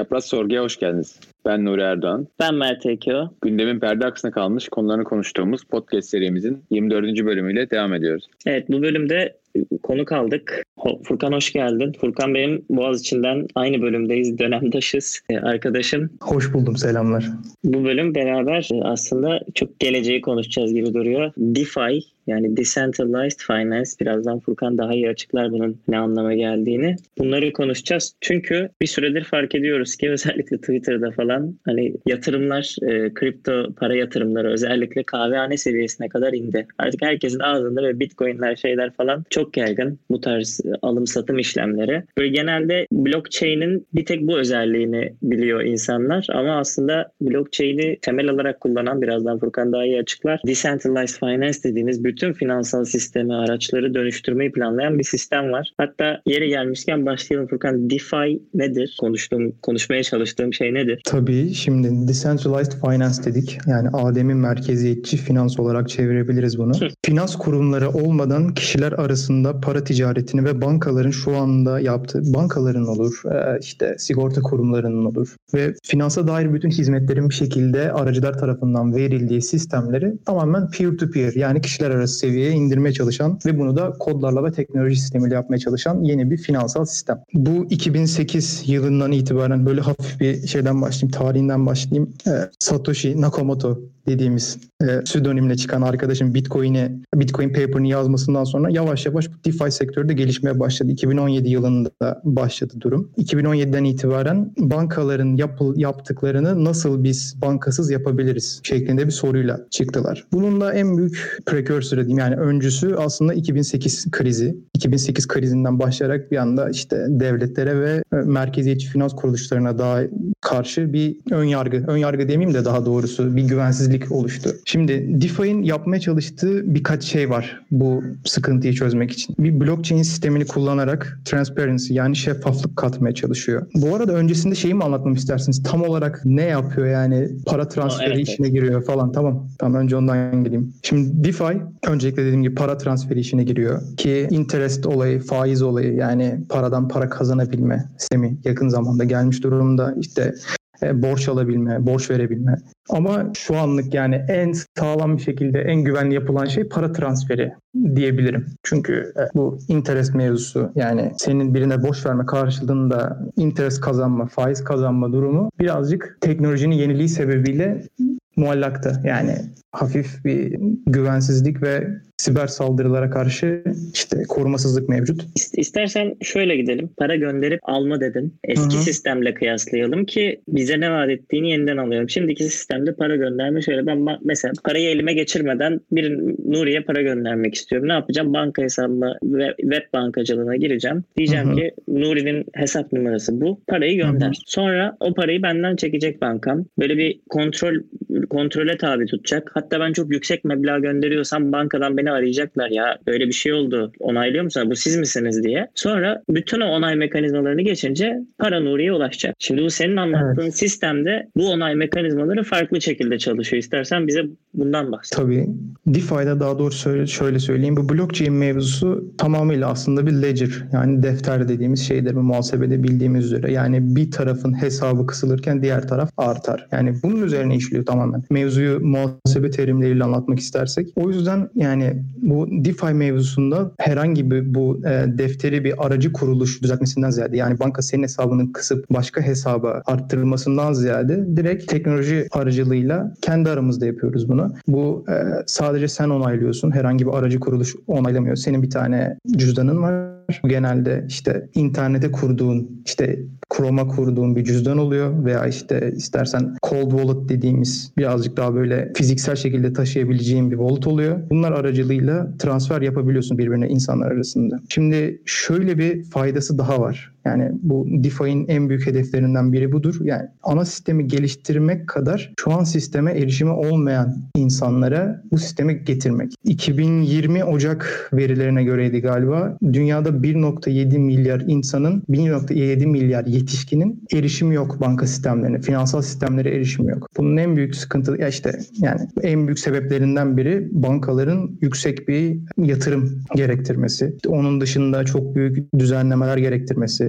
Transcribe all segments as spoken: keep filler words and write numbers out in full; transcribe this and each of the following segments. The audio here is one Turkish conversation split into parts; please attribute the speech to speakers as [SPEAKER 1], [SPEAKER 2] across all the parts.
[SPEAKER 1] Çapraz Sorgu'ya hoş geldiniz. Ben Nuri Erdoğan.
[SPEAKER 2] Ben Mert Ekyo.
[SPEAKER 1] Gündemin perde arkasına kalmış konularını konuştuğumuz podcast serimizin yirmi dördüncü bölümüyle devam ediyoruz.
[SPEAKER 2] Evet, bu bölümde konuk aldık. Furkan hoş geldin. Furkan benim Boğaziçi'nden aynı bölümdeyiz. Dönemdaşız. Arkadaşım.
[SPEAKER 3] Hoş buldum, selamlar.
[SPEAKER 2] Bu bölüm beraber aslında çok geleceği konuşacağız gibi duruyor. DeFi yani Decentralized Finance. Birazdan Furkan daha iyi açıklar bunun ne anlama geldiğini. Bunları konuşacağız. Çünkü bir süredir fark ediyoruz ki özellikle Twitter'da falan hani yatırımlar, e, kripto para yatırımları özellikle kahvehane seviyesine kadar indi. Artık herkesin ağzında ve Bitcoin'ler şeyler falan çok yaygın bu tarz alım satım işlemleri. Böyle genelde blockchain'in bir tek bu özelliğini biliyor insanlar ama aslında blockchain'i temel olarak kullanan, birazdan Furkan daha iyi açıklar, Decentralized Finance dediğimiz bütün finansal sistemi, araçları dönüştürmeyi planlayan bir sistem var. Hatta yeri gelmişken başlayalım Furkan. DeFi nedir? Konuştuğum, konuşmaya çalıştığım şey nedir?
[SPEAKER 3] Tabii, şimdi Decentralized Finance dedik. Yani ademi merkeziyetçi finans olarak çevirebiliriz bunu. Finans kurumları olmadan kişiler arasında para ticaretini ve bankaların şu anda yaptığı, bankaların olur, işte sigorta kurumlarının olur ve finansa dair bütün hizmetlerin bir şekilde aracılar tarafından verildiği sistemleri tamamen peer-to-peer yani kişiler arası seviyeye indirmeye çalışan ve bunu da kodlarla ve teknoloji sistemiyle yapmaya çalışan yeni bir finansal sistem. Bu iki bin sekiz yılından itibaren böyle hafif bir şeyden başlayayım, tarihinden başlayayım. Satoshi Nakamoto dediğimiz e, pseudonimle çıkan arkadaşın Bitcoin'i, Bitcoin paper'ını yazmasından sonra yavaş yavaş bu DeFi sektörü de gelişmeye başladı. iki bin on yedi yılında başladı durum. iki bin on yediden itibaren bankaların yapı, yaptıklarını nasıl biz bankasız yapabiliriz şeklinde bir soruyla çıktılar. Bunun da en büyük precursor'ı diyeyim, yani öncüsü aslında iki bin sekiz krizi. iki bin sekiz krizinden başlayarak bir anda işte devletlere ve merkeziyetçi finans kuruluşlarına daha karşı bir ön yargı, ön yargı demeyeyim de daha doğrusu bir güvensizlik oluştu. Şimdi DeFi'nin yapmaya çalıştığı birkaç şey var bu sıkıntıyı çözmek için. Bir blockchain sistemini kullanarak transparency yani şeffaflık katmaya çalışıyor. Bu arada öncesinde şeyi mi anlatmamı istersiniz? Tam olarak ne yapıyor yani? Para transferi
[SPEAKER 2] evet,
[SPEAKER 3] işine
[SPEAKER 2] evet.
[SPEAKER 3] giriyor falan. Tamam. Tamam, önce ondan geleyim. Şimdi DeFi öncelikle dediğim gibi para transferi işine giriyor ki interest olayı, faiz olayı yani paradan para kazanabilme sistemi yakın zamanda gelmiş durumda. İşte borç alabilme, borç verebilme. Ama şu anlık yani en sağlam bir şekilde en güvenli yapılan şey para transferi diyebilirim. Çünkü bu interest mevzusu yani senin birine borç verme karşılığında interest kazanma, faiz kazanma durumu birazcık teknolojinin yeniliği sebebiyle muallakta. Yani hafif bir güvensizlik ve siber saldırılara karşı işte korumasızlık mevcut.
[SPEAKER 2] İstersen şöyle gidelim. Para gönderip alma dedin. Eski Hı-hı. sistemle kıyaslayalım ki bize ne vaat ettiğini yeniden alıyorum. Şimdiki sistemde para gönderme şöyle. Ben mesela parayı elime geçirmeden bir Nuri'ye para göndermek istiyorum. Ne yapacağım? Banka hesabıma ve web bankacılığına gireceğim. Diyeceğim Hı-hı. ki Nuri'nin hesap numarası bu. Parayı gönder. Hı-hı. Sonra o parayı benden çekecek bankam. Böyle bir kontrol kontrole tabi tutacak. Hatta ben çok yüksek meblağ gönderiyorsam bankadan beni arayacaklar, ya böyle bir şey oldu, onaylıyor musunuz, bu siz misiniz diye. Sonra bütün o onay mekanizmalarını geçince para Nuri'ye ulaşacak. Şimdi bu senin anlattığın evet. sistemde bu onay mekanizmaları farklı şekilde çalışıyor. İstersen bize bundan bahset.
[SPEAKER 3] Tabii. DeFi'de daha doğrusu şöyle söyleyeyim. Bu blockchain mevzusu tamamıyla aslında bir ledger yani defter dediğimiz şeydir bu muhasebede bildiğimiz üzere. Yani bir tarafın hesabı kısılırken diğer taraf artar. Yani bunun üzerine işliyor tamamen. Mevzuyu muhasebe terimleriyle anlatmak istersek. O yüzden yani bu DeFi mevzusunda herhangi bir bu e, defteri bir aracı kuruluş düzeltmesinden ziyade yani banka senin hesabını kısıp başka hesaba arttırmasından ziyade direkt teknoloji aracılığıyla kendi aramızda yapıyoruz bunu. Bu e, sadece sen onaylıyorsun. Herhangi bir aracı kuruluş onaylamıyor. Senin bir tane cüzdanın var. Genelde işte internete kurduğun, işte Chrome'a kurduğun bir cüzdan oluyor veya işte istersen cold wallet dediğimiz birazcık daha böyle fiziksel şekilde taşıyabileceğin bir wallet oluyor. Bunlar aracılığıyla transfer yapabiliyorsun birbirine insanlar arasında. Şimdi şöyle bir faydası daha var. Yani bu DeFi'nin en büyük hedeflerinden biri budur. Yani ana sistemi geliştirmek kadar şu an sisteme erişimi olmayan insanlara bu sistemi getirmek. iki bin yirmi Ocak verilerine göreydi galiba. Dünyada bir virgül yedi milyar insanın, bir virgül yedi milyar yetişkinin erişimi yok banka sistemlerine, finansal sistemlere erişimi yok. Bunun en büyük sıkıntı ya işte yani en büyük sebeplerinden biri bankaların yüksek bir yatırım gerektirmesi. Onun dışında çok büyük düzenlemeler gerektirmesi.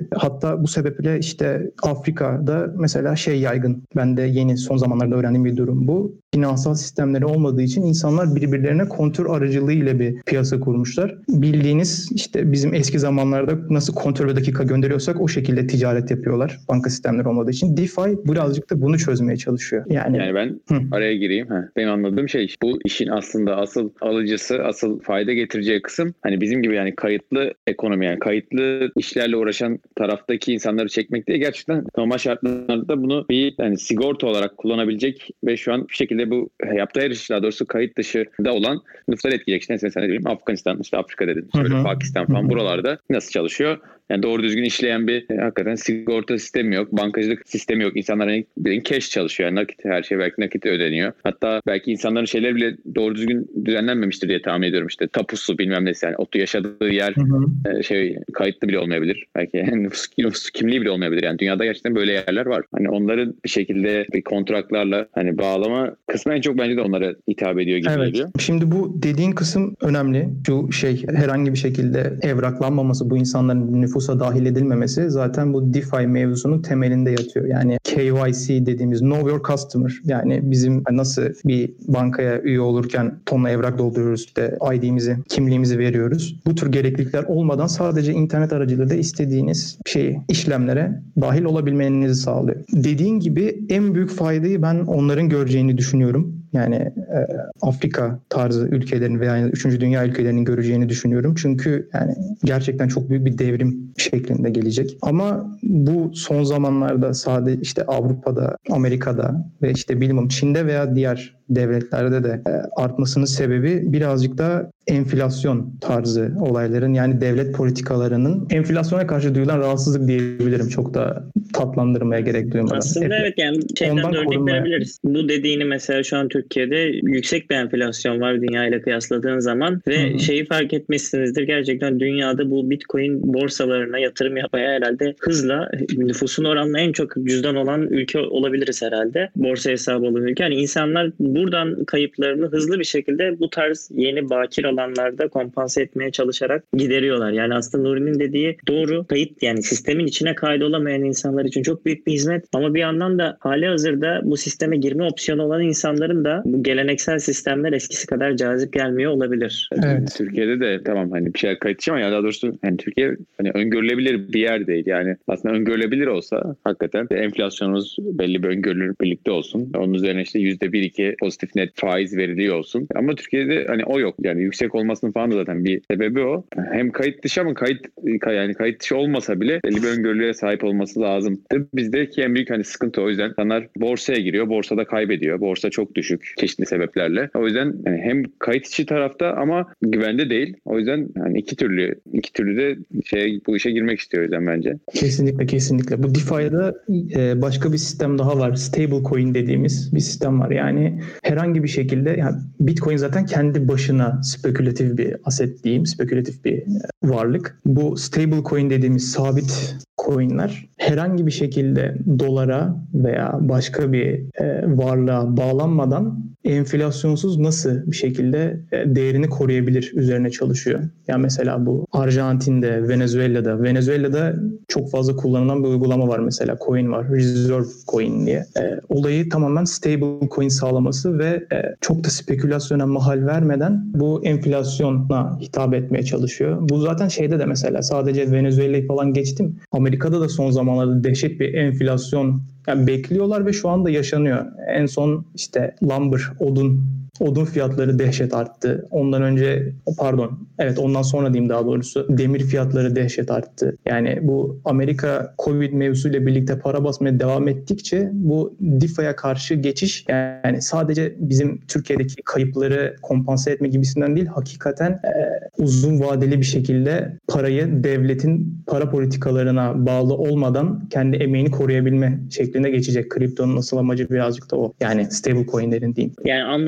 [SPEAKER 3] geldi. Hatta bu sebeple işte Afrika'da mesela şey yaygın. Ben de yeni son zamanlarda öğrendiğim bir durum bu. Finansal sistemleri olmadığı için insanlar birbirlerine kontör aracılığı ile bir piyasa kurmuşlar. Bildiğiniz işte bizim eski zamanlarda nasıl kontör ve dakika gönderiyorsak o şekilde ticaret yapıyorlar. Banka sistemleri olmadığı için. DeFi birazcık da bunu çözmeye çalışıyor. Yani,
[SPEAKER 1] yani ben hı. araya gireyim. Ha, benim anladığım şey bu işin aslında asıl alıcısı, asıl fayda getireceği kısım hani bizim gibi yani kayıtlı ekonomi yani kayıtlı işlerle uğraşan taraftaki insanları çekmek diye gerçekten normal şartlarda bunu bir yani sigorta olarak kullanabilecek ve şu an bir şekilde bu yaptığı her iş daha doğrusu kayıt dışında olan nüfusları etkileyecek. İşte mesela ne bileyim Afganistan, işte Afrika dedim. Şöyle Pakistan falan buralarda nasıl çalışıyor? Yani doğru düzgün işleyen bir e, hakikaten sigorta sistemi yok. Bankacılık sistemi yok. İnsanlar hani cash çalışıyor. Yani nakit, her şey belki nakit ödeniyor. Hatta belki insanların şeyler bile doğru düzgün düzenlenmemiştir diye tahmin ediyorum. İşte tapusu bilmem neyse yani otu yaşadığı yer hı hı. E, şey kayıtlı bile olmayabilir. Belki yani nüfus, nüfus kimliği bile olmayabilir. Yani dünyada gerçekten böyle yerler var. Hani onların bir şekilde bir kontratlarla hani bağlama kısmı en çok bence de onlara hitap ediyor gibi
[SPEAKER 3] evet.
[SPEAKER 1] geliyor.
[SPEAKER 3] Şimdi bu dediğin kısım önemli. Şu şey herhangi bir şekilde evraklanmaması, bu insanların nüfusa dahil edilmemesi zaten bu DeFi mevzusunun temelinde yatıyor. Yani K Y C dediğimiz Know Your Customer. Yani bizim nasıl bir bankaya üye olurken tonla evrak dolduruyoruz, işte I D'mizi, kimliğimizi veriyoruz. Bu tür gereklilikler olmadan sadece internet aracılığıyla istediğiniz şeyi, işlemlere dahil olabilmenizi sağlıyor. Dediğin gibi en büyük faydayı ben onların göreceğini düşünüyorum. Yani e, Afrika tarzı ülkelerin veya yani üçüncü dünya ülkelerinin göreceğini düşünüyorum. Çünkü yani gerçekten çok büyük bir devrim şeklinde gelecek. Ama bu son zamanlarda sadece işte Avrupa'da, Amerika'da ve işte bilmem Çin'de veya diğer devletlerde de artmasının sebebi birazcık da enflasyon tarzı olayların, yani devlet politikalarının enflasyona karşı duyulan rahatsızlık diyebilirim. Çok da tatlandırmaya gerek duymadan.
[SPEAKER 2] Aslında Hep, evet yani şeyden de örnek korunmaya... verebiliriz. Bu dediğini mesela şu an Türkiye'de yüksek bir enflasyon var dünya ile kıyasladığın zaman ve Hı-hı. şeyi fark etmişsinizdir, gerçekten dünyada bu Bitcoin borsalarına yatırım yapmaya herhalde hızla nüfusun oranla en çok cüzdan olan ülke olabiliriz herhalde. Borsa hesabı olan ülke. Yani insanlar buradan kayıplarını hızlı bir şekilde bu tarz yeni bakir alanlarda kompanse etmeye çalışarak gideriyorlar. Yani aslında Nuri'nin dediği doğru. Kayıt yani sistemin içine kaydolamayan insanlar için çok büyük bir hizmet. Ama bir yandan da hali hazırda bu sisteme girme opsiyonu olan insanların da bu geleneksel sistemler eskisi kadar cazip gelmiyor olabilir.
[SPEAKER 1] Evet. Türkiye'de de tamam hani bir şey kayıt ama ya daha doğrusu hani Türkiye hani öngörülebilir bir yer değil. Yani aslında öngörülebilir olsa hakikaten enflasyonumuz belli bir öngörülürlükte olsun. Onun üzerine işte yüzde bir iki pozitif net faiz veriliyor olsun. Ama Türkiye'de hani o yok. Yani yüksek olmasının falan da zaten bir sebebi o. Hem kayıt dışı ama kayıt yani kayıt dışı olmasa bile belli bir öngörülüğe sahip olması lazım. Bizdeki en büyük hani sıkıntı o yüzden insanlar borsaya giriyor. Borsada kaybediyor. Borsa çok düşük çeşitli sebeplerle. O yüzden yani hem kayıt içi tarafta ama güvende değil. O yüzden hani iki türlü iki türlü de şey bu işe girmek istiyor o yüzden bence.
[SPEAKER 3] Kesinlikle kesinlikle. Bu DeFi'de başka bir sistem daha var. Stablecoin dediğimiz bir sistem var. Yani herhangi bir şekilde yani Bitcoin zaten kendi başına spekülatif bir aset diyeyim, spekülatif bir varlık. Bu stablecoin dediğimiz sabit coinler herhangi bir şekilde dolara veya başka bir e, varlığa bağlanmadan enflasyonsuz nasıl bir şekilde e, değerini koruyabilir üzerine çalışıyor. Yani mesela bu Arjantin'de, Venezuela'da, Venezuela'da çok fazla kullanılan bir uygulama var mesela, coin var, Reserve Coin diye. E, olayı tamamen stable coin sağlaması ve e, çok da spekülasyona mahal vermeden bu enflasyona hitap etmeye çalışıyor. Bu zaten şeyde de mesela sadece Venezuela'yı falan geçtim. Amerika'da da son zamanlarda dehşet bir enflasyon yani bekliyorlar ve şu anda yaşanıyor. En son işte lumber, odun, odun fiyatları dehşet arttı. Ondan önce, pardon, evet ondan sonra diyeyim daha doğrusu, demir fiyatları dehşet arttı. Yani bu Amerika Covid mevzusuyla birlikte para basmaya devam ettikçe bu DeFi'ye karşı geçiş yani sadece bizim Türkiye'deki kayıpları kompanse etme gibisinden değil, hakikaten e, uzun vadeli bir şekilde parayı devletin para politikalarına bağlı olmadan kendi emeğini koruyabilme şeklinde geçecek. Kriptonun asıl amacı birazcık da o. Yani stable coinlerin diyeyim.
[SPEAKER 2] Yani anladığım kadarıyla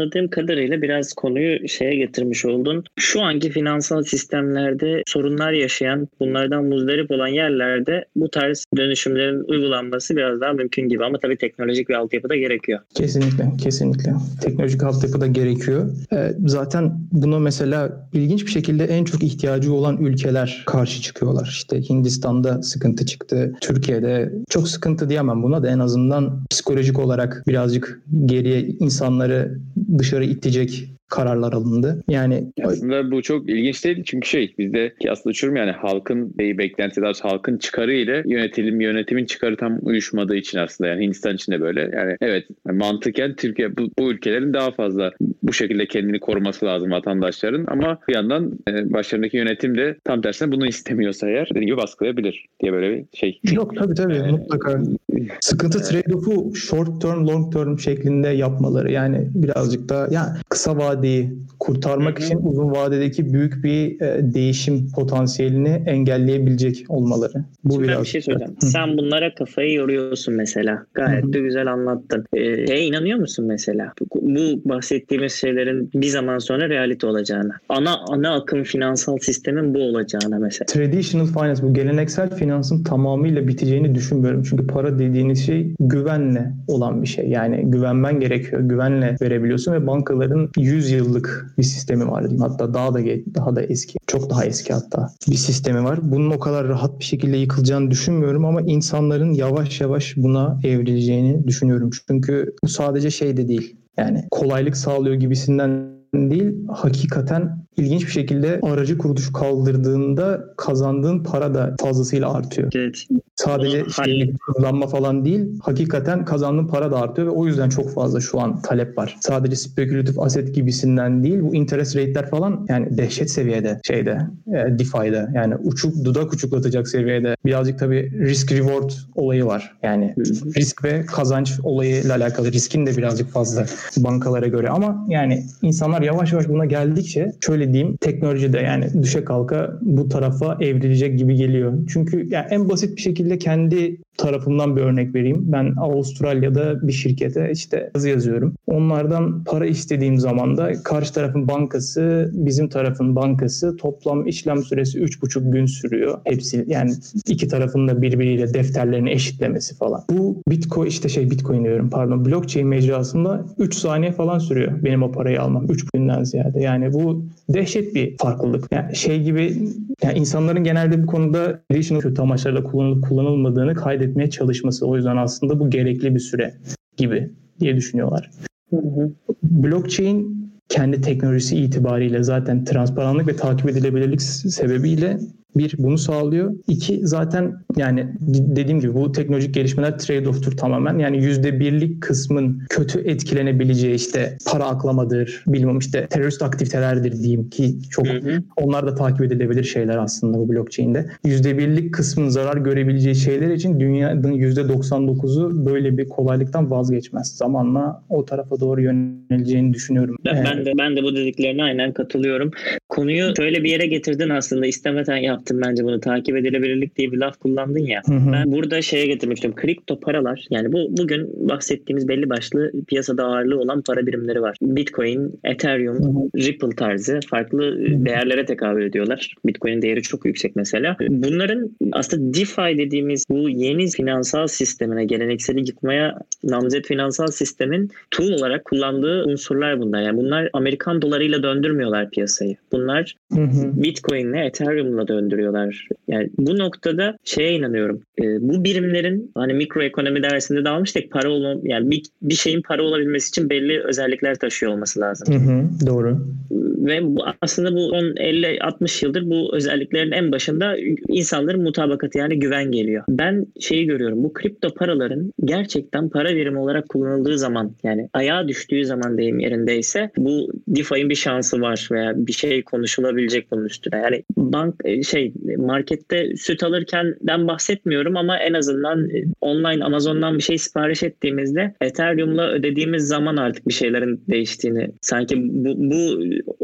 [SPEAKER 2] kadarıyla biraz konuyu şeye getirmiş oldun. Şu anki finansal sistemlerde sorunlar yaşayan, bunlardan muzdarip olan yerlerde bu tarz dönüşümlerin uygulanması biraz daha mümkün gibi ama tabii teknolojik bir altyapı da gerekiyor.
[SPEAKER 3] Kesinlikle, kesinlikle. Teknolojik altyapı da gerekiyor. Ee, zaten buna mesela ilginç bir şekilde en çok ihtiyacı olan ülkeler karşı çıkıyorlar. İşte Hindistan'da sıkıntı çıktı. Türkiye'de çok sıkıntı diyemem buna da en azından psikolojik olarak birazcık geriye insanları dışarı itecek kararlar alındı. Yani
[SPEAKER 1] aslında bu çok ilginç değil çünkü şey bizde ki aslında uçurum yani halkın beklentisi daha doğrusu halkın çıkarı ile yönetim yönetimin çıkarı tam uyuşmadığı için aslında yani Hindistan için de böyle. Yani evet mantıken Türkiye bu, bu ülkelerin daha fazla bu şekilde kendini koruması lazım vatandaşların ama bir yandan e, başlarındaki yönetim de tam tersine bunu istemiyorsa eğer dediğim gibi baskılayabilir diye böyle bir şey.
[SPEAKER 3] Yok tabii tabii ee, mutlaka. Sıkıntı trade-off'u short term long term şeklinde yapmaları yani birazcık da ya kısa vadeyi kurtarmak hı hı. için uzun vadedeki büyük bir e, değişim potansiyelini engelleyebilecek olmaları. Bu
[SPEAKER 2] Şimdi
[SPEAKER 3] biraz
[SPEAKER 2] ben bir şey söyleyeceğim. Hı. Sen bunlara kafayı yoruyorsun mesela. Gayet hı hı. de güzel anlattın. Ee, şeye inanıyor musun mesela? Bu, bu bahsettiğimiz şeylerin bir zaman sonra realite olacağına. Ana ana akım finansal sistemin bu olacağına mesela.
[SPEAKER 3] Traditional finance bu geleneksel finansın tamamıyla biteceğini düşünmüyorum. Çünkü para dediğiniz şey güvenle olan bir şey. Yani güvenmen gerekiyor. Güvenle verebiliyorsun ve bankaların yüz yıllık bir sistemi var diyeyim. Hatta daha da daha da eski. Çok daha eski hatta bir sistemi var. Bunun o kadar rahat bir şekilde yıkılacağını düşünmüyorum ama insanların yavaş yavaş buna evrileceğini düşünüyorum. Çünkü bu sadece şey de değil. Yani kolaylık sağlıyor gibisinden değil, hakikaten ilginç bir şekilde aracı kuruluşu kaldırdığında kazandığın para da fazlasıyla artıyor.
[SPEAKER 2] Evet.
[SPEAKER 3] Sadece işte kullanma falan değil, hakikaten kazandığın para da artıyor ve o yüzden çok fazla şu an talep var. Sadece spekülatif aset gibisinden değil, bu interest rate'ler falan yani dehşet seviyede şeyde, e, DeFi'de yani uçuk dudak uçuklatacak seviyede. Birazcık tabii risk reward olayı var. Yani Hı-hı. risk ve kazanç olayıyla alakalı riskin de birazcık fazla bankalara göre ama yani insanlar yavaş yavaş buna geldikçe şöyle diyeyim teknolojide yani düşe kalka bu tarafa evrilecek gibi geliyor. Çünkü yani en basit bir şekilde kendi tarafımdan bir örnek vereyim. Ben Avustralya'da bir şirkete işte yazı yazıyorum. Onlardan para istediğim zaman da karşı tarafın bankası, bizim tarafın bankası toplam işlem süresi üç buçuk gün sürüyor. Hepsi yani iki tarafın da birbiriyle defterlerini eşitlemesi falan. Bu Bitcoin işte şey Bitcoin diyorum pardon blockchain mecrasında üç saniye falan sürüyor benim o parayı almam. üç günden ziyade. Yani bu dehşet bir farklılık. Yani şey gibi yani insanların genelde bu konuda traditional kötü amaçlarla kullanılıp kullanılmadığını kaydetmeye çalışması. O yüzden aslında bu gerekli bir süre gibi diye düşünüyorlar. Hı hı. Blockchain kendi teknolojisi itibariyle zaten transparanlık ve takip edilebilirlik sebebiyle bir bunu sağlıyor. İki zaten yani dediğim gibi bu teknolojik gelişmeler trade-off'tur tamamen. Yani yüzde birlik kısmın kötü etkilenebileceği işte para aklamadır, bilmem işte terörist aktivitelerdir diyeyim ki çok hı hı. onlar da takip edilebilir şeyler aslında bu blockchain'de. yüzde birlik kısmın zarar görebileceği şeyler için dünyanın yüzde doksan dokuzu böyle bir kolaylıktan vazgeçmez. Zamanla o tarafa doğru yöneleceğini düşünüyorum.
[SPEAKER 2] Ben, ee, ben de ben de bu dediklerine aynen katılıyorum. Konuyu şöyle bir yere getirdin aslında istemeden yaptın bence bunu takip edilebilirlik diye bir laf kullandın ya. Hı hı. Ben burada şeye getirmiştim. Kripto paralar yani bu bugün bahsettiğimiz belli başlı piyasada ağırlığı olan para birimleri var. Bitcoin, Ethereum, hı hı. Ripple tarzı farklı hı hı. değerlere tekabül ediyorlar. Bitcoin'in değeri çok yüksek mesela. Bunların aslında DeFi dediğimiz bu yeni finansal sistemine, gelenekseli yıkmaya namzet finansal sistemin tool olarak kullandığı unsurlar bunlar. Yani bunlar Amerikan dolarıyla döndürmüyorlar piyasayı. Bunlar hı hı. Bitcoin'le, Ethereum'la döndürüyorlar. Yani bu noktada şeye inanıyorum. E, bu birimlerin hani mikroekonomi dersinde de almıştık para olma yani bir, bir şeyin para olabilmesi için belli özellikler taşıyor olması lazım.
[SPEAKER 3] Hı hı, doğru.
[SPEAKER 2] Ve bu, aslında bu on elli altmış yıldır bu özelliklerin en başında insanların mutabakatı yani güven geliyor. Ben şeyi görüyorum. Bu kripto paraların gerçekten para birimi olarak kullanıldığı zaman yani ayağa düştüğü zaman deyim yerindeyse bu DeFi'nin bir şansı var veya bir şey konuşulabilecek bunun üstüne. Yani bank şey markette süt alırkenden bahsetmiyorum ama en azından online Amazon'dan bir şey sipariş ettiğimizde Ethereum'la ödediğimiz zaman artık bir şeylerin değiştiğini sanki bu, bu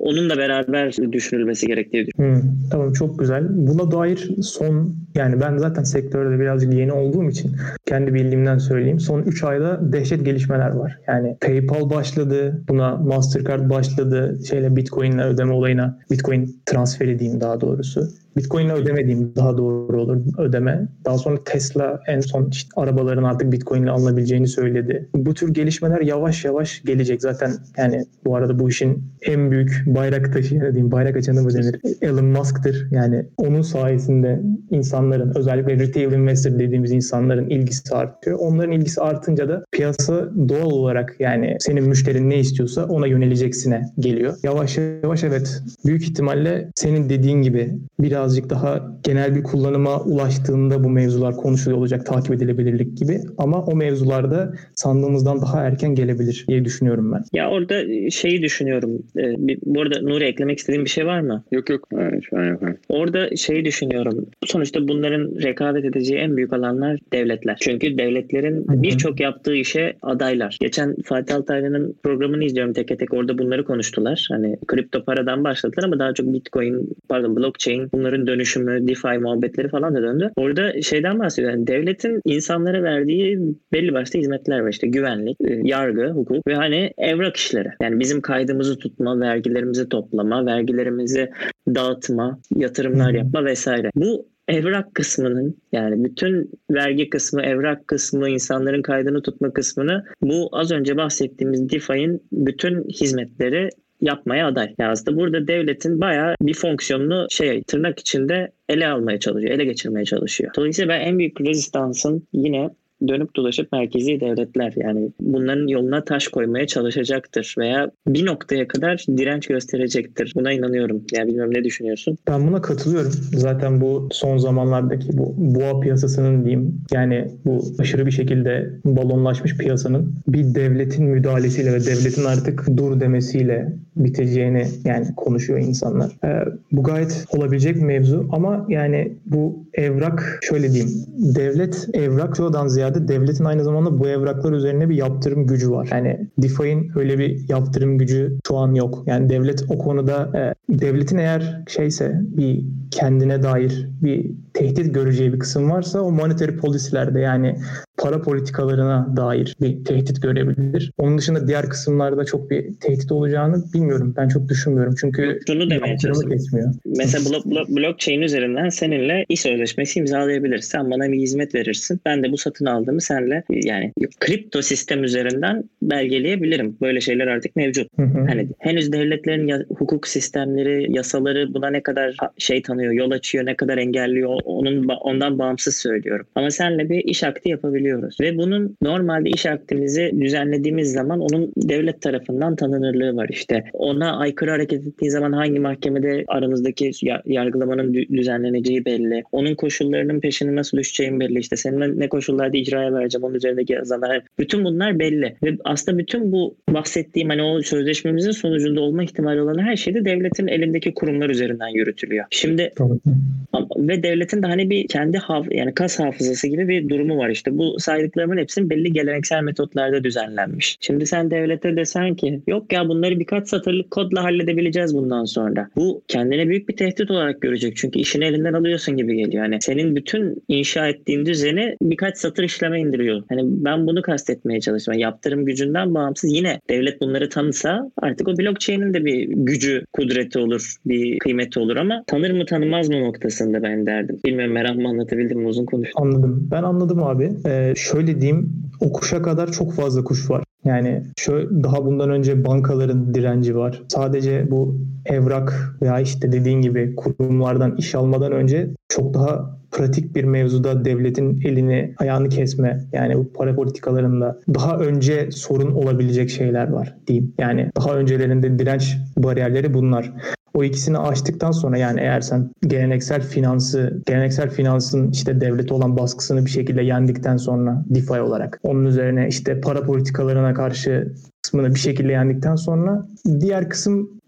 [SPEAKER 2] onunla beraber düşünülmesi gerektiği düşünüyorum.
[SPEAKER 3] Hmm, tamam, çok güzel. Buna dair son, yani ben zaten sektörde birazcık yeni olduğum için kendi bildiğimden söyleyeyim. Son üç ayda dehşet gelişmeler var. Yani PayPal başladı, buna Mastercard başladı, şeyle Bitcoin'le ödeme olayına, Bitcoin transferi diyeyim daha doğrusu. Bitcoin'le ödemediğim daha doğru olur, ödeme. Daha sonra Tesla en son işte arabaların artık Bitcoin'le alınabileceğini söyledi. Bu tür gelişmeler yavaş yavaş gelecek. Zaten yani bu arada bu işin en büyük bayrak taşıyanı diyeyim, bayrak açanı mı denir? Elon Musk'tır. Yani onun sayesinde insanların, özellikle retail investor dediğimiz insanların ilgisi artıyor. Onların ilgisi artınca da piyasa doğal olarak, yani senin müşterin ne istiyorsa ona yöneleceksine geliyor. Yavaş yavaş evet, büyük ihtimalle senin dediğin gibi biraz birazcık daha genel bir kullanıma ulaştığında bu mevzular konuşuluyor olacak, takip edilebilirlik gibi. Ama o mevzularda sandığımızdan daha erken gelebilir diye düşünüyorum ben.
[SPEAKER 2] Ya orada şeyi düşünüyorum. Ee, bu arada Nuri, eklemek istediğin bir şey var mı?
[SPEAKER 1] Yok yok. Evet, şu an yok.
[SPEAKER 2] Orada şeyi düşünüyorum. Sonuçta bunların rekabet edeceği en büyük alanlar devletler. Çünkü devletlerin birçok yaptığı işe adaylar. Geçen Fatih Altaylı'nın programını izliyorum tek tek. Orada bunları konuştular. Hani kripto paradan başladılar ama daha çok Bitcoin, pardon blockchain, bunların dönüşümü, DeFi muhabbetleri falan da döndü. Orada şeyden bahsediyor. Yani devletin insanlara verdiği belli başlı hizmetler var. İşte güvenlik, yargı, hukuk ve hani evrak işleri. Yani bizim kaydımızı tutma, vergilerimizi toplama, vergilerimizi dağıtma, yatırımlar yapma vesaire. Bu evrak kısmının, yani bütün vergi kısmı, evrak kısmı, insanların kaydını tutma kısmını bu az önce bahsettiğimiz DeFi'nin bütün hizmetleri yapmaya aday. Yani aslında burada devletin bayağı bir fonksiyonunu şey tırnak içinde ele almaya çalışıyor, ele geçirmeye çalışıyor. Dolayısıyla ben en büyük rezistansın yine dönüp dolaşıp merkezi devletler, yani bunların yoluna taş koymaya çalışacaktır veya bir noktaya kadar direnç gösterecektir. Buna inanıyorum. Yani bilmiyorum, ne düşünüyorsun?
[SPEAKER 3] Ben buna katılıyorum. Zaten bu son zamanlardaki bu boğa piyasasının diyeyim, yani bu aşırı bir şekilde balonlaşmış piyasanın bir devletin müdahalesiyle ve devletin artık dur demesiyle biteceğini yani konuşuyor insanlar. Ee, bu gayet olabilecek bir mevzu ama yani bu evrak, şöyle diyeyim, devlet evrakçıdan ziyade devletin aynı zamanda bu evraklar üzerine bir yaptırım gücü var. Yani DeFi'nin öyle bir yaptırım gücü şu an yok. Yani devlet o konuda e, devletin eğer şeyse, bir kendine dair bir tehdit göreceği bir kısım varsa o monetary policy'lerde, yani para politikalarına dair bir tehdit görebilir. Onun dışında diğer kısımlarda çok bir tehdit olacağını bilmiyorum. Ben çok düşünmüyorum. Çünkü
[SPEAKER 2] şunu demeye
[SPEAKER 3] çalışıyorum.
[SPEAKER 2] Mesela blo- blo- blockchain üzerinden seninle iş sözleşmesi imzalayabiliriz. Sen bana bir hizmet verirsin. Ben de bu satın aldığımı seninle, yani kripto sistem üzerinden belgeleyebilirim. Böyle şeyler artık mevcut. Hı hı. Hani henüz devletlerin ya- hukuk sistemleri, yasaları buna ne kadar şey tanıyor, yol açıyor, ne kadar engelliyor, onun ondan bağımsız söylüyorum. Ama seninle bir iş akdi yapabiliyoruz. Ve bunun normalde iş akdimizi düzenlediğimiz zaman onun devlet tarafından tanınırlığı var işte. Ona aykırı hareket ettiği zaman hangi mahkemede aramızdaki yargılamanın düzenleneceği belli. Onun koşullarının peşine nasıl düşeceğim belli. İşte senin ne koşullarda icraya vereceğim, onun üzerindeki yazılar. Bütün bunlar belli. Ve aslında bütün bu bahsettiğim hani o sözleşmemizin sonucunda olma ihtimali olan her şey de devletin elindeki kurumlar üzerinden yürütülüyor. Şimdi ve devletin de hani bir kendi haf- yani kas hafızası gibi bir durumu var işte. Bu saydıklarımın hepsinin belli geleneksel metotlarda düzenlenmiş. Şimdi sen devlete desen ki yok ya bunları birkaç satırlık kodla halledebileceğiz bundan sonra. Bu kendine büyük bir tehdit olarak görecek. Çünkü işini elinden alıyorsun gibi geliyor. Yani senin bütün inşa ettiğin düzeni birkaç satır işleme indiriyor. Hani ben bunu kastetmeye çalıştım. Yani yaptırım gücünden bağımsız yine devlet bunları tanısa artık o blockchain'in de bir gücü, kudreti olur, bir kıymeti olur ama tanır mı tanımaz mı noktasında ben derdim. Bilmiyorum, merak mı anlatabildim mi, uzun konuştum.
[SPEAKER 3] Anladım. Ben anladım abi. Ee, şöyle diyeyim, o kuşa kadar çok fazla kuş var. Yani şöyle, daha bundan önce bankaların direnci var. Sadece bu evrak veya işte dediğin gibi kurumlardan iş almadan önce çok daha pratik bir mevzuda devletin elini ayağını kesme, yani bu para politikalarında daha önce sorun olabilecek şeyler var diyeyim. Yani daha öncelerinde direnç bariyerleri bunlar. O ikisini aştıktan sonra, yani eğer sen geleneksel finansı, geleneksel finansın işte devlete olan baskısını bir şekilde yendikten sonra DeFi olarak, onun üzerine işte para politikalarına karşı kısmını bir şekilde yendikten sonra diğer kısım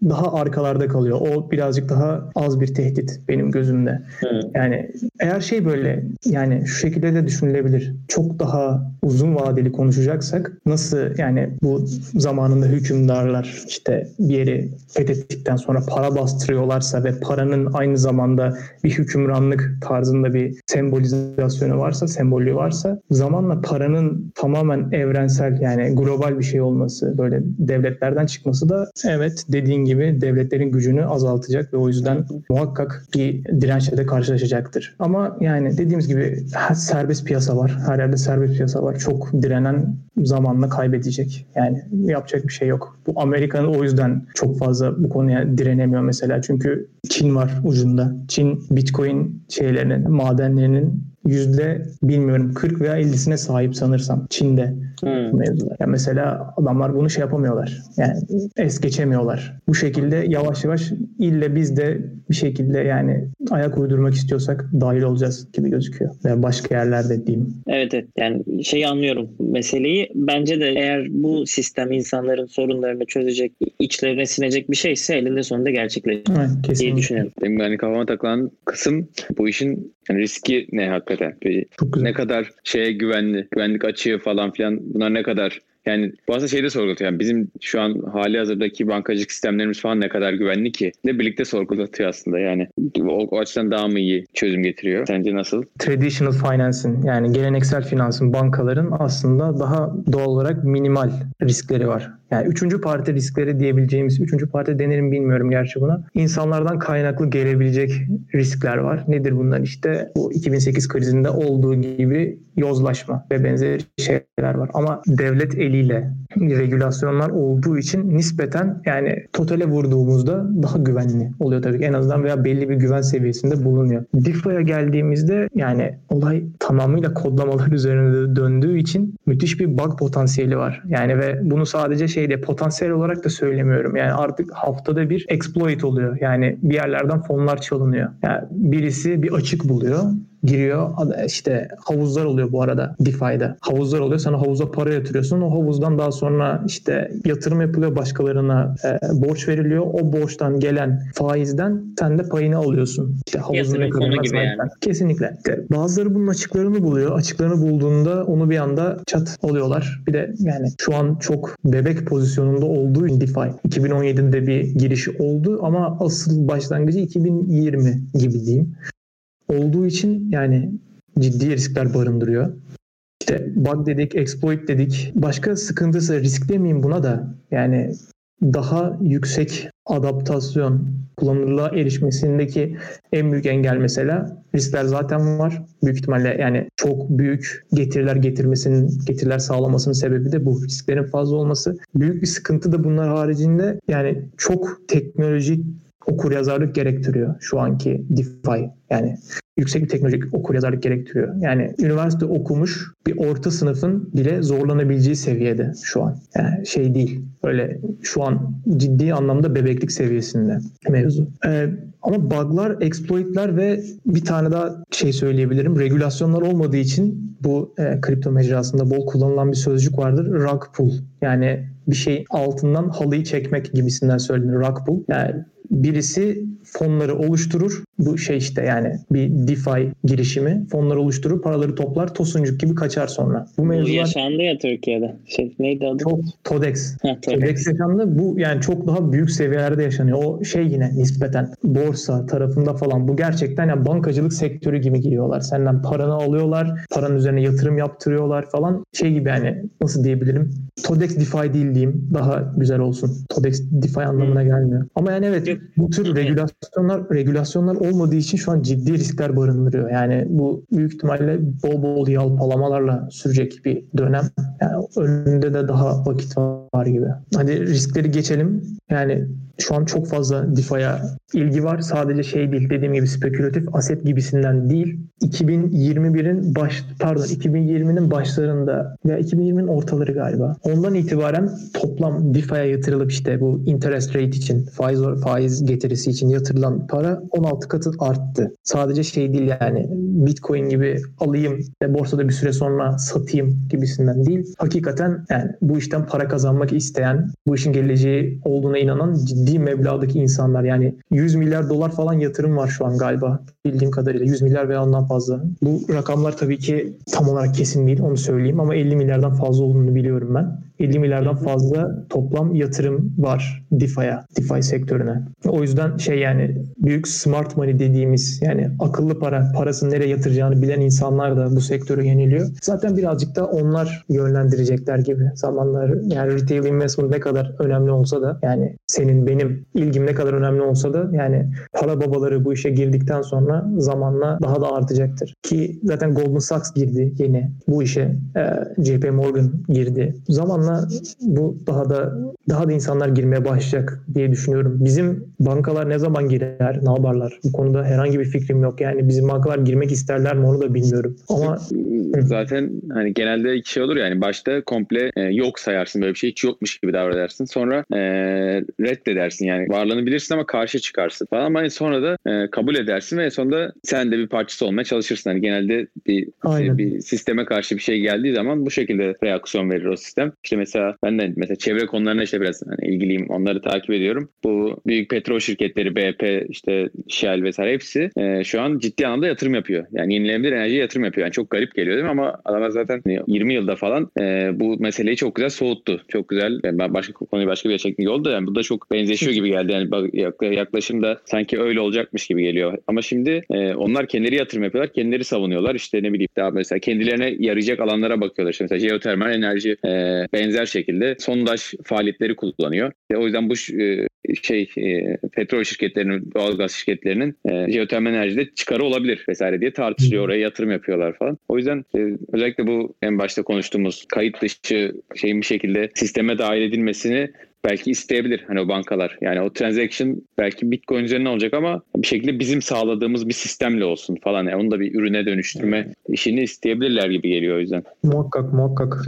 [SPEAKER 3] daha arkalarda kalıyor. O birazcık daha az bir tehdit benim gözümde.
[SPEAKER 2] Evet.
[SPEAKER 3] Yani eğer şey böyle yani şu şekilde de düşünülebilir. Çok daha uzun vadeli konuşacaksak nasıl yani bu zamanında hükümdarlar işte bir yeri fethettikten sonra para bastırıyorlarsa ve paranın aynı zamanda bir hükümranlık tarzında bir sembolizasyonu varsa, sembolü varsa zamanla paranın tamamen evrensel yani global bir şey olması, böyle devletlerden çıkması da evet dediğin gibi devletlerin gücünü azaltacak ve o yüzden muhakkak bir dirençle de karşılaşacaktır. Ama yani dediğimiz gibi serbest piyasa var. Her yerde serbest piyasa var. Çok direnen zamanla kaybedecek. Yani yapacak bir şey yok. Bu Amerika'nın o yüzden çok fazla bu konuya direnemiyor mesela. Çünkü Çin var ucunda. Çin Bitcoin şeylerinin, madenlerinin yüzde bilmiyorum kırk veya ellisine sahip sanırsam Çin'de hmm. mevzular. Yani mesela adamlar bunu şey yapamıyorlar. Yani es geçemiyorlar. Bu şekilde yavaş yavaş ille biz de bir şekilde yani ayak uydurmak istiyorsak dahil olacağız gibi gözüküyor. Veya başka yerlerde diyeyim.
[SPEAKER 2] Evet evet. Yani şeyi anlıyorum meseleyi. Bence de eğer bu sistem insanların sorunlarını çözecek, içlerine sinecek bir şeyse elinde sonunda gerçekleşecek
[SPEAKER 3] evet,
[SPEAKER 2] diye düşünüyorum.
[SPEAKER 1] Benim yani kafama takılan kısım bu işin yani riski ne hakikaten? Ne kadar şeye güvenli, güvenlik açığı falan filan bunlar ne kadar yani bu aslında şeyde sorgulatıyor. Yani bizim şu an hali hazırdaki bankacılık sistemlerimiz falan ne kadar güvenli ki? Ne birlikte sorgulatıyor aslında yani. O, o açıdan daha mı iyi çözüm getiriyor? Sence nasıl?
[SPEAKER 3] Traditional finance'in yani geleneksel finansın, bankaların aslında daha doğal olarak minimal riskleri var. Yani üçüncü parti riskleri diyebileceğimiz, üçüncü parti denir mi bilmiyorum gerçi buna. İnsanlardan kaynaklı gelebilecek riskler var. Nedir bunlar? İşte bu iki bin sekiz krizinde olduğu gibi yozlaşma ve benzeri şeyler var. Ama devlet eliyle regülasyonlar olduğu için nispeten yani totale vurduğumuzda daha güvenli oluyor tabii ki. En azından veya belli bir güven seviyesinde bulunuyor. DeFi'ye geldiğimizde yani olay tamamıyla kodlamalar üzerine döndüğü için müthiş bir bug potansiyeli var. Yani ve bunu sadece şeyde potansiyel olarak da söylemiyorum. Yani artık haftada bir exploit oluyor. Yani bir yerlerden fonlar çalınıyor. Yani birisi bir açık buluyor. Giriyor işte havuzlar oluyor bu arada DeFi'de. Havuzlar oluyor. Sana havuza para yatırıyorsun. O havuzdan daha sonra işte yatırım yapılıyor başkalarına e, borç veriliyor. O borçtan gelen faizden sen de payını alıyorsun. İşte havuzun ne kadarına sahipsen. Yani. Kesinlikle. İşte bazıları bunun açıklarını buluyor. Açıklarını bulduğunda onu bir anda çat alıyorlar. Bir de yani şu an çok bebek pozisyonunda olduğu DeFi. iki bin on yedide bir giriş oldu ama asıl başlangıcı iki bin yirmi gibi diyeyim. Olduğu için yani ciddi riskler barındırıyor. İşte bug dedik, exploit dedik. Başka sıkıntısı risk demeyeyim buna da yani daha yüksek adaptasyon, kullanılırlığa erişmesindeki en büyük engel mesela riskler zaten var. Büyük ihtimalle yani çok büyük getiriler getirmesinin, getiriler sağlamasının sebebi de bu. Risklerin fazla olması. Büyük bir sıkıntı da bunlar haricinde yani çok teknolojik okuryazarlık gerektiriyor şu anki DeFi. Yani yüksek bir teknolojik okuryazarlık gerektiriyor. Yani üniversite okumuş bir orta sınıfın bile zorlanabileceği seviyede şu an. Yani şey değil. Öyle şu an ciddi anlamda bebeklik seviyesinde mevzu. Ee, ama bug'lar, exploit'ler ve bir tane daha şey söyleyebilirim. Regülasyonlar olmadığı için bu e, kripto mecrasında bol kullanılan bir sözcük vardır. Rug pull. Yani bir şey altından halıyı çekmek gibisinden söylenir. Rug pull. Yani birisi fonları oluşturur. Bu şey işte yani bir DeFi girişimi. Fonları oluşturur, paraları toplar, tosuncuk gibi kaçar sonra. Bu mevzular... Bu
[SPEAKER 2] yaşandı ya Türkiye'de. Şey, neydi adı?
[SPEAKER 3] Çok, Todex.
[SPEAKER 2] Ha, Todex.
[SPEAKER 3] Todex yaşandı. Bu yani çok daha büyük seviyelerde yaşanıyor. O şey yine nispeten borsa tarafında falan bu gerçekten yani bankacılık sektörü gibi giriyorlar. Senden paranı alıyorlar. Paranın üzerine yatırım yaptırıyorlar falan. Şey gibi yani nasıl diyebilirim? Todex DeFi değil diyeyim. Daha güzel olsun. Todex DeFi anlamına gelmiyor. Ama yani evet bu tür regülasyonlar regülasyonlar olmadığı için şu an ciddi riskler barındırıyor. Yani bu büyük ihtimalle bol bol yalpalamalarla sürecek bir dönem. Yani önünde de daha vakit var gibi. Hadi riskleri geçelim. Yani şu an çok fazla DeFi'ye ilgi var. Sadece şey değil, dediğim gibi spekülatif aset gibisinden değil. iki bin yirmi birin baş pardon iki bin yirminin başlarında veya iki bin yirminin ortaları galiba. Ondan itibaren toplam DeFi'ye yatırılıp işte bu interest rate için, faiz faiz getirisi için yatırılan para on altı katı arttı. Sadece şey değil yani Bitcoin gibi alayım ve borsada bir süre sonra satayım gibisinden değil. Hakikaten yani bu işten para kazanmak
[SPEAKER 4] almak isteyen, bu işin geleceği olduğuna inanan ciddi meblağdaki insanlar. Yani yüz milyar dolar falan yatırım var şu an galiba. Bildiğim kadarıyla yüz milyar veya ondan fazla. Bu rakamlar tabii ki tam olarak kesin değil, onu söyleyeyim, ama elli milyardan fazla olduğunu biliyorum ben. elli milyardan fazla toplam yatırım var DeFi'ye, DeFi sektörüne. O yüzden şey, yani büyük smart money dediğimiz, yani akıllı para, parasını nereye yatıracağını bilen insanlar da bu sektöre yeniliyor. Zaten birazcık da onlar yönlendirecekler gibi zamanlar. Yani retail investment ne kadar önemli olsa da, yani senin benim ilgim ne kadar önemli olsa da, yani para babaları bu işe girdikten sonra zamanla daha da artacaktır. Ki zaten Goldman Sachs girdi yeni bu işe. J P Morgan girdi. Zamanla bu daha da daha da insanlar girmeye başlayacak diye düşünüyorum. Bizim bankalar ne zaman girer, ne yaparlar? Bu konuda herhangi bir fikrim yok. Yani bizim bankalar girmek isterler mi onu da bilmiyorum. Ama
[SPEAKER 1] zaten hani genelde iki şey olur, yani başta komple e, yok sayarsın, böyle bir şey hiç yokmuş gibi davranırsın. Sonra e, reddedersin, yani varlığını bilirsin ama karşı çıkarsın falan, ama sonra da e, kabul edersin ve sonunda sen de bir parçası olmaya çalışırsın. Hani genelde bir, e, bir sisteme karşı bir şey geldiği zaman bu şekilde reaksiyon verir o sistem. İşte mesela ben de mesela çevre konularına işte biraz hani ilgiliyim, onları takip ediyorum. Bu büyük petrol şirketleri, B P, işte Shell vesaire hepsi e, şu an ciddi anlamda yatırım yapıyor. Yani yenilenebilir enerjiye yatırım yapıyor. Yani çok garip geliyor değil mi? Ama adamlar zaten yirmi yılda falan e, bu meseleyi çok güzel soğuttu. Çok güzel. Yani ben başka konuyu başka bir çekmek oldu. Yani bu da çok benzeşiyor gibi geldi. Yani yaklaşımda sanki öyle olacakmış gibi geliyor. Ama şimdi e, onlar kendileri yatırım yapıyorlar. Kendileri savunuyorlar. İşte ne bileyim, daha mesela kendilerine yarayacak alanlara bakıyorlar. İşte mesela jeotermal enerji e, benzer şekilde sondaj faaliyetleri kullanıyor. E, o yüzden bu e, şey e, petrol şirketlerinin, doğalgaz şirketlerinin e, jeotermal enerjide çıkarı olabilir vesaire diye tartışılıyor. Oraya yatırım yapıyorlar falan. O yüzden e, özellikle bu en başta konuştuğumuz kayıt dışı şeyin bir şekilde sisteme dahil edilmesini belki isteyebilir hani o bankalar. Yani o transaction belki Bitcoin üzerinden olacak ama bir şekilde bizim sağladığımız bir sistemle olsun falan. Yani onu da bir ürüne dönüştürme işini isteyebilirler gibi geliyor o yüzden.
[SPEAKER 3] Muhakkak muhakkak.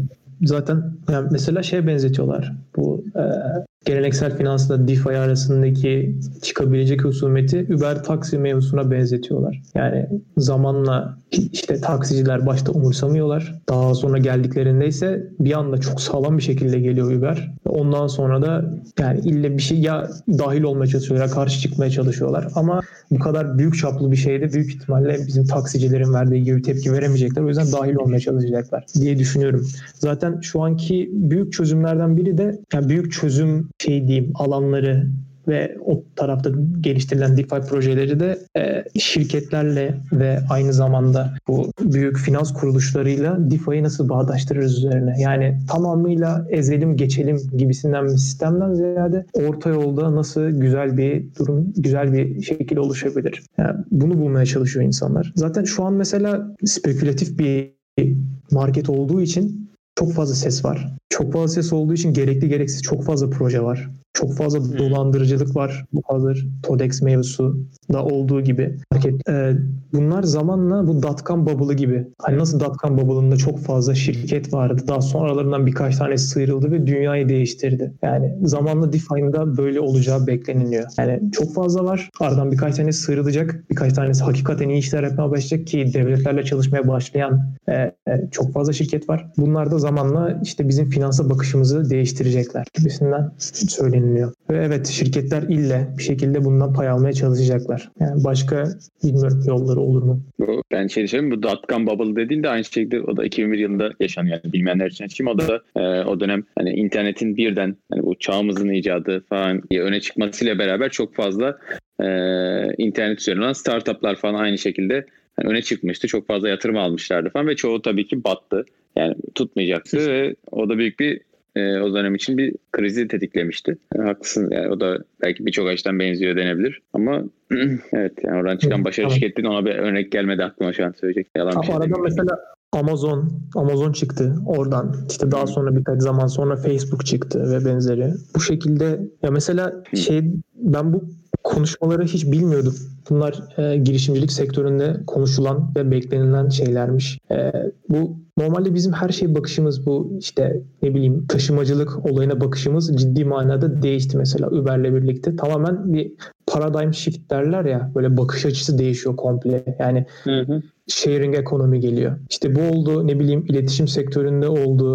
[SPEAKER 3] Zaten yani mesela şeye benzetiyorlar. Bu e, geleneksel finansla DeFi arasındaki çıkabilecek husumeti Uber taksi mevzusuna benzetiyorlar. Yani zamanla işte taksiciler başta umursamıyorlar. Daha sonra geldiklerinde ise bir anda çok sağlam bir şekilde geliyor Uber. Ondan sonra da yani ille bir şey ya dahil olmaya çalışıyorlar, karşı çıkmaya çalışıyorlar. Ama bu kadar büyük çaplı bir şeyde büyük ihtimalle bizim taksicilerin verdiği gibi tepki veremeyecekler. O yüzden dahil olmaya çalışacaklar diye düşünüyorum. Zaten şu anki büyük çözümlerden biri de yani büyük çözüm şey diyeyim alanları ve o tarafta geliştirilen DeFi projeleri de e, şirketlerle ve aynı zamanda bu büyük finans kuruluşlarıyla DeFi'yi nasıl bağdaştırırız üzerine. Yani tamamıyla ezelim geçelim gibisinden bir sistemden ziyade orta yolda nasıl güzel bir durum, güzel bir şekil oluşabilir. Yani bunu bulmaya çalışıyor insanlar. Zaten şu an mesela spekülatif bir market olduğu için çok fazla ses var. Çok fazla ses olduğu için gerekli gereksiz çok fazla proje var. Çok fazla hmm. dolandırıcılık var. Bu hazır Todex mevzusu da olduğu gibi. Ee, bunlar zamanla bu dot-com bubble'ı gibi. Hani nasıl dot-com bubble'ında çok fazla şirket vardı. Daha sonra aralarından birkaç tanesi sıyrıldı ve dünyayı değiştirdi. Yani zamanla DeFi'nin de böyle olacağı bekleniliyor. Yani çok fazla var. Aradan birkaç tanesi sıyrılacak. Birkaç tanesi hakikaten iyi işler yapmaya başlayacak ki devletlerle çalışmaya başlayan e, e, çok fazla şirket var. Bunlar da zamanla işte bizim finansa bakışımızı değiştirecekler gibisinden söyleniyor. Ve evet, şirketler ille bir şekilde bundan pay almaya çalışacaklar. Yani başka bilmiyorum yolları olur mu?
[SPEAKER 1] Bu, ben şey diyeceğim, bu dot-com bubble dediğinde aynı şekilde o da iki bin bir yılında yaşanıyor. Yani bilmeyenler için açayım. O da e, o dönem hani internetin birden hani bu çağımızın icadı falan diye öne çıkmasıyla beraber çok fazla e, internet üzerinden startuplar falan aynı şekilde yani öne çıkmıştı. Çok fazla yatırım almışlardı falan ve çoğu tabii ki battı. Yani tutmayacaktı ve o da büyük bir e, o dönem için bir krizi tetiklemişti. Yani haklısın. Yani o da belki birçok açıdan benziyor denebilir. Ama evet, yani oradan çıkan başarı tamam. şirketinin ona bir örnek gelmedi aklıma şu an söyleyecek. Yalan
[SPEAKER 3] tamam,
[SPEAKER 1] bir şey
[SPEAKER 3] arada
[SPEAKER 1] demiyorum.
[SPEAKER 3] mesela Amazon, Amazon çıktı oradan. İşte daha sonra birkaç zaman sonra Facebook çıktı ve benzeri. Bu şekilde ya mesela şey ben bu konuşmaları hiç bilmiyordum. Bunlar e, girişimcilik sektöründe konuşulan ve beklenilen şeylermiş. E, bu normalde bizim her şeye bakışımız bu işte ne bileyim taşımacılık olayına bakışımız ciddi manada değişti mesela Uber'le birlikte. Tamamen bir paradigm shift derler ya, böyle bakış açısı değişiyor komple. Yani hı hı. sharing ekonomi geliyor. İşte bu oldu, ne bileyim iletişim sektöründe oldu.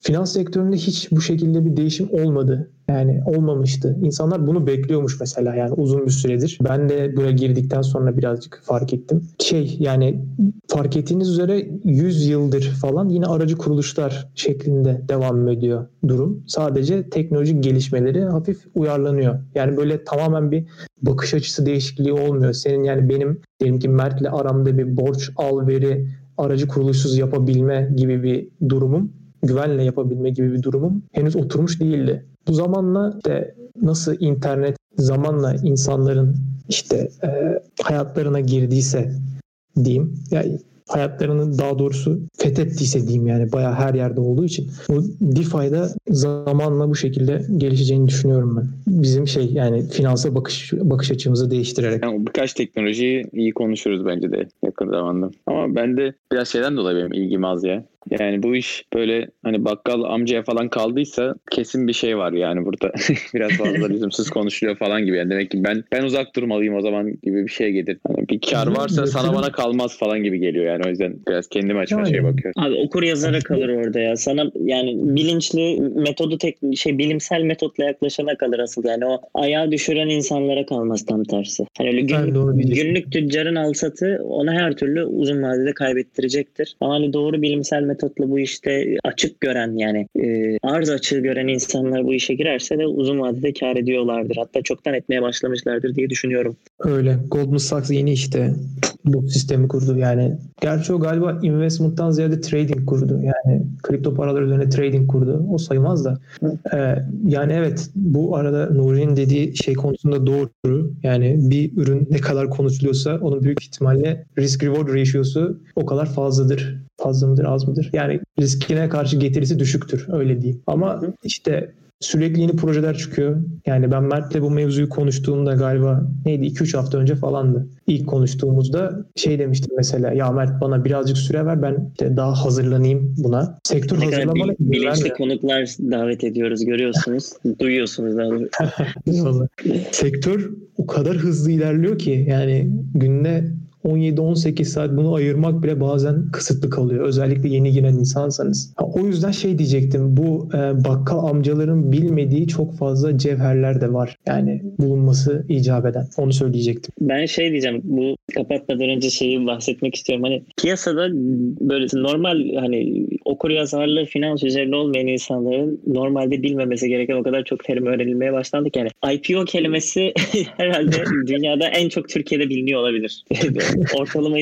[SPEAKER 4] finans sektöründe hiç bu şekilde bir değişim olmadı. Yani olmamıştı. İnsanlar bunu bekliyormuş mesela yani uzun bir süredir. Ben de buraya girdikten sonra birazcık fark ettim. Şey yani fark ettiğiniz üzere yüz yıldır falan yine aracı kuruluşlar şeklinde devam ediyor durum. Sadece teknolojik gelişmeleri hafif uyarlanıyor. Yani böyle tamamen bir bakış açısı değişikliği olmuyor. Senin yani benim diyelim ki Mert'le aramda bir borç al veri aracı kuruluşsuz yapabilme gibi bir durumum, güvenle yapabilme gibi bir durumum henüz oturmuş değildi. Bu zamanla işte nasıl internet zamanla insanların işte e, hayatlarına girdiyse diyeyim, yani hayatlarını daha doğrusu fethettiyse diyeyim yani bayağı her yerde olduğu için bu DeFi'da zamanla bu şekilde gelişeceğini düşünüyorum ben. Bizim şey yani finansa bakış bakış açımızı değiştirerek.
[SPEAKER 1] Yani birkaç teknolojiyi iyi konuşuruz bence de yakın zamanda. Ama ben de biraz şeyden dolayı benim ilgim az ya. Yani bu iş böyle hani bakkal amcaya falan kaldıysa kesin bir şey var yani burada. Biraz fazla lüzumsuz konuşuluyor falan gibi. Yani demek ki ben ben uzak durmalıyım o zaman gibi bir şey gelir. Hani bir kar varsa sana bana kalmaz falan gibi geliyor yani. O yüzden biraz kendim açma şeye bakıyorum.
[SPEAKER 2] Abi okur yazara kalır orada ya. Sana yani bilinçli metodu tek şey bilimsel metotla yaklaşana kalır asıl. Yani o ayağa düşüren insanlara kalmaz, tam tersi. Hani öyle günlük, günlük tüccarın alsatı ona her türlü uzun vadede kaybettirecektir. Ama hani doğru bilimsel metotla bu işte açık gören yani e, arz açığı gören insanlar bu işe girerse de uzun vadede kar ediyorlardır. Hatta çoktan etmeye başlamışlardır diye düşünüyorum.
[SPEAKER 4] Öyle. Goldman Sachs yeni işte bu sistemi kurdu yani. Gerçi o galiba investment'tan ziyade trading kurdu. Yani kripto paralar üzerine trading kurdu. O sayılmaz da. Ee, yani evet bu arada Nuri'nin dediği şey konusunda doğru. Yani bir ürün ne kadar konuşuluyorsa onun büyük ihtimalle risk reward ratio'su o kadar fazladır. Fazla mıdır az mıdır? Yani riskine karşı getirisi düşüktür öyle diyeyim. Ama işte sürekli yeni projeler çıkıyor. Yani ben Mert'le bu mevzuyu konuştuğumda galiba neydi iki üç hafta önce falandı. İlk konuştuğumuzda şey demiştim mesela ya Mert bana birazcık süre ver ben işte daha hazırlanayım buna. Sektör
[SPEAKER 2] ne
[SPEAKER 4] hazırlamalı.
[SPEAKER 2] Bil, bilinçli konuklar davet ediyoruz görüyorsunuz. Duyuyorsunuz daha doğrusu.
[SPEAKER 4] Sektör o kadar hızlı ilerliyor ki yani günde on yedi on sekiz saat bunu ayırmak bile bazen kısıtlı kalıyor. Özellikle yeni giren insansanız. O yüzden şey diyecektim. Bu e, bakkal amcaların bilmediği çok fazla cevherler de var. Yani bulunması icap eden. Onu söyleyecektim.
[SPEAKER 2] Ben şey diyeceğim. Bu kapatmadan önce şeyi bahsetmek istiyorum. Hani piyasada böyle normal hani okuryazarlığı finans üzerine olmayan insanların normalde bilmemesi gereken o kadar çok terim öğrenilmeye başlandı ki. Yani I P O kelimesi herhalde dünyada en çok Türkiye'de biliniyor olabilir. Ortalama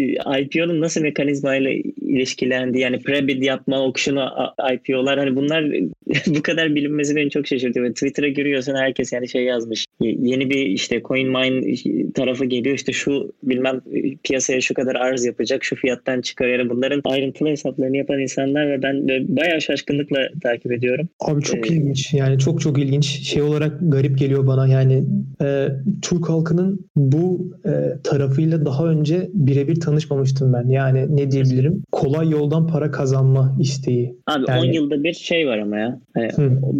[SPEAKER 2] I P O'nun nasıl mekanizmayla ilişkilendi yani pre-bid yapma, auction'u I P O'lar hani bunlar bu kadar bilinmesi beni çok şaşırtıyor. Twitter'a giriyorsun herkes yani şey yazmış. Yeni bir işte CoinMine tarafı geliyor işte şu bilmem piyasaya şu kadar arz yapacak şu fiyattan çıkar yani bunların ayrıntılı hesaplarını yapan insanlar ve ben de bayağı şaşkınlıkla takip ediyorum.
[SPEAKER 4] Abi çok ee, ilginç yani çok çok ilginç şey olarak garip geliyor bana yani e, Türk halkının bu e, tarafıyla daha önce birebir tanışmamıştım ben. Yani ne diyebilirim? Kolay yoldan para kazanma isteği.
[SPEAKER 2] Abi
[SPEAKER 4] yani...
[SPEAKER 2] on yılda bir şey var ama ya. Yani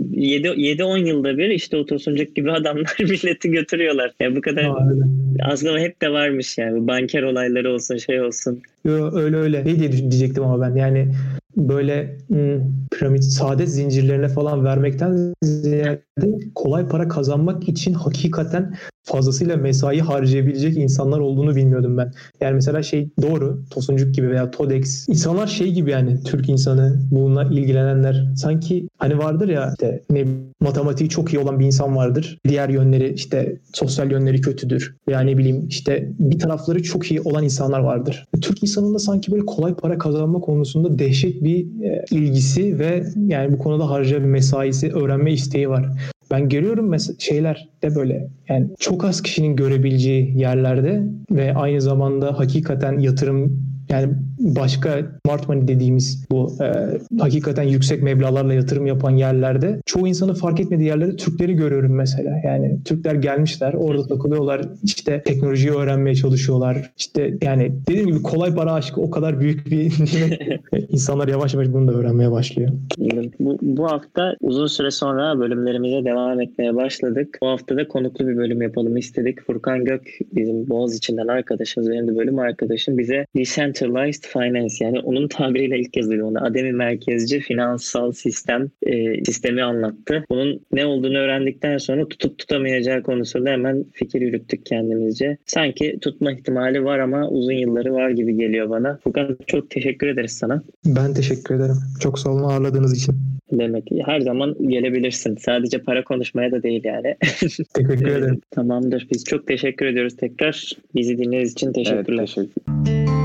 [SPEAKER 2] yedi on yılda bir işte o Tosuncuk gibi adamlar milleti götürüyorlar. Yani bu kadar ha, aslında hep de varmış yani. Banker olayları olsun şey olsun.
[SPEAKER 4] Yo, öyle öyle. Ne diye diyecektim ama ben yani böyle ım, piramit saadet zincirlerine falan vermekten ziyade kolay para kazanmak için hakikaten fazlasıyla mesai harcayabilecek insanlar olduğunu bilmiyordum ben. Yani mesela şey doğru Tosuncuk gibi veya Todex insanlar şey gibi yani Türk insanı bununla ilgilenenler sanki hani vardır ya işte ne matematiği çok iyi olan bir insan vardır. Diğer yönleri işte sosyal yönleri kötüdür. Veya ne bileyim işte bir tarafları çok iyi olan insanlar vardır. Türk insanında sanki böyle kolay para kazanma konusunda dehşet bir e, ilgisi ve yani bu konuda harcayan bir mesaisi, öğrenme isteği var. Ben görüyorum mes- şeyler de böyle yani çok az kişinin görebileceği yerlerde ve aynı zamanda hakikaten yatırım yani başka smart money dediğimiz bu e, hakikaten yüksek meblağlarla yatırım yapan yerlerde çoğu insanın fark etmediği yerlerde Türkleri görüyorum mesela. Yani Türkler gelmişler orada takılıyorlar işte teknolojiyi öğrenmeye çalışıyorlar. İşte yani dediğim gibi kolay para aşkı o kadar büyük bir insanlar yavaş yavaş bunu da öğrenmeye başlıyor.
[SPEAKER 2] Bu, bu hafta uzun süre sonra bölümlerimize devam etmeye başladık. Bu hafta da konuklu bir bölüm yapalım istedik. Furkan Gök bizim Boğaziçi'nden arkadaşımız benim de bölüm arkadaşım bize Decentralized finance, yani onun tabiriyle ilk kez duydum onu. Ademi merkezci finansal sistem e, sistemi anlattı. Bunun ne olduğunu öğrendikten sonra tutup tutamayacağı konusunda hemen fikir yürüttük kendimizce. Sanki tutma ihtimali var ama uzun yılları var gibi geliyor bana. Furkan, çok teşekkür ederiz sana.
[SPEAKER 3] Ben teşekkür ederim. Çok sağ olun ağırladığınız için.
[SPEAKER 2] Demek ki her zaman gelebilirsin. Sadece para konuşmaya da değil yani.
[SPEAKER 3] Teşekkür ederim.
[SPEAKER 2] Tamamdır. Biz çok teşekkür ediyoruz tekrar. Bizi dinlediğiniz için teşekkürler.
[SPEAKER 1] Evet, teşekkür.